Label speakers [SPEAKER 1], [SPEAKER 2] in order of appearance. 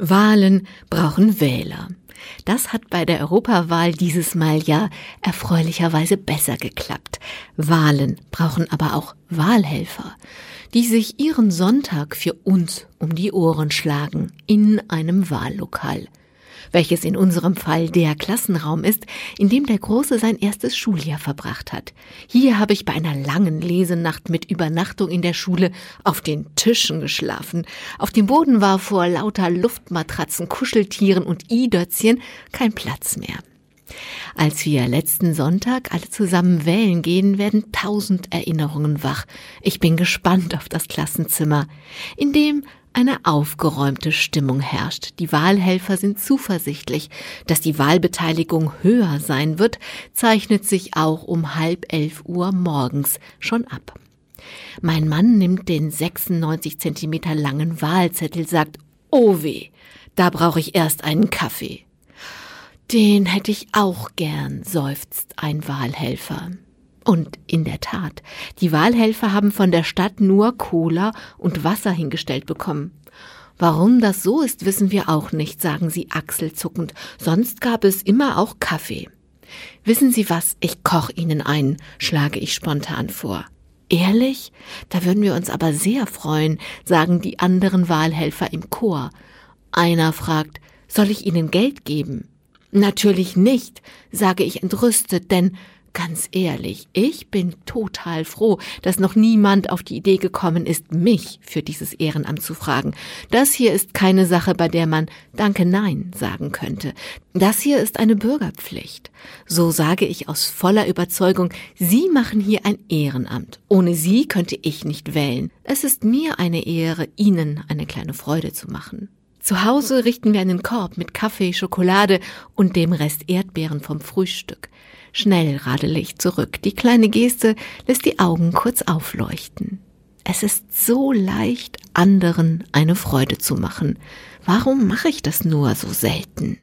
[SPEAKER 1] Wahlen brauchen Wähler. Das hat bei der Europawahl dieses Mal ja erfreulicherweise besser geklappt. Wahlen brauchen aber auch Wahlhelfer, die sich ihren Sonntag für uns um die Ohren schlagen in einem Wahllokal, welches in unserem Fall der Klassenraum ist, in dem der Große sein erstes Schuljahr verbracht hat. Hier habe ich bei einer langen Lesenacht mit Übernachtung in der Schule auf den Tischen geschlafen. Auf dem Boden war vor lauter Luftmatratzen, Kuscheltieren und i-Dötzchen kein Platz mehr. Als wir letzten Sonntag alle zusammen wählen gehen, werden 1000 Erinnerungen wach. Ich bin gespannt auf das Klassenzimmer, in dem eine aufgeräumte Stimmung herrscht. Die Wahlhelfer sind zuversichtlich, dass die Wahlbeteiligung höher sein wird, zeichnet sich auch um 10:30 morgens schon ab. Mein Mann nimmt den 96 Zentimeter langen Wahlzettel, sagt, oh weh, da brauche ich erst einen Kaffee. Den hätte ich auch gern, seufzt ein Wahlhelfer. Und in der Tat, die Wahlhelfer haben von der Stadt nur Cola und Wasser hingestellt bekommen. Warum das so ist, wissen wir auch nicht, sagen sie achselzuckend. Sonst gab es immer auch Kaffee. Wissen Sie was, ich koche Ihnen einen, schlage ich spontan vor. Ehrlich? Da würden wir uns aber sehr freuen, sagen die anderen Wahlhelfer im Chor. Einer fragt, soll ich Ihnen Geld geben? Natürlich nicht, sage ich entrüstet, denn ganz ehrlich, ich bin total froh, dass noch niemand auf die Idee gekommen ist, mich für dieses Ehrenamt zu fragen. Das hier ist keine Sache, bei der man Danke, nein sagen könnte. Das hier ist eine Bürgerpflicht. So sage ich aus voller Überzeugung, Sie machen hier ein Ehrenamt. Ohne Sie könnte ich nicht wählen. Es ist mir eine Ehre, Ihnen eine kleine Freude zu machen. Zu Hause richten wir einen Korb mit Kaffee, Schokolade und dem Rest Erdbeeren vom Frühstück. Schnell radele ich zurück. Die kleine Geste lässt die Augen kurz aufleuchten. Es ist so leicht, anderen eine Freude zu machen. Warum mache ich das nur so selten?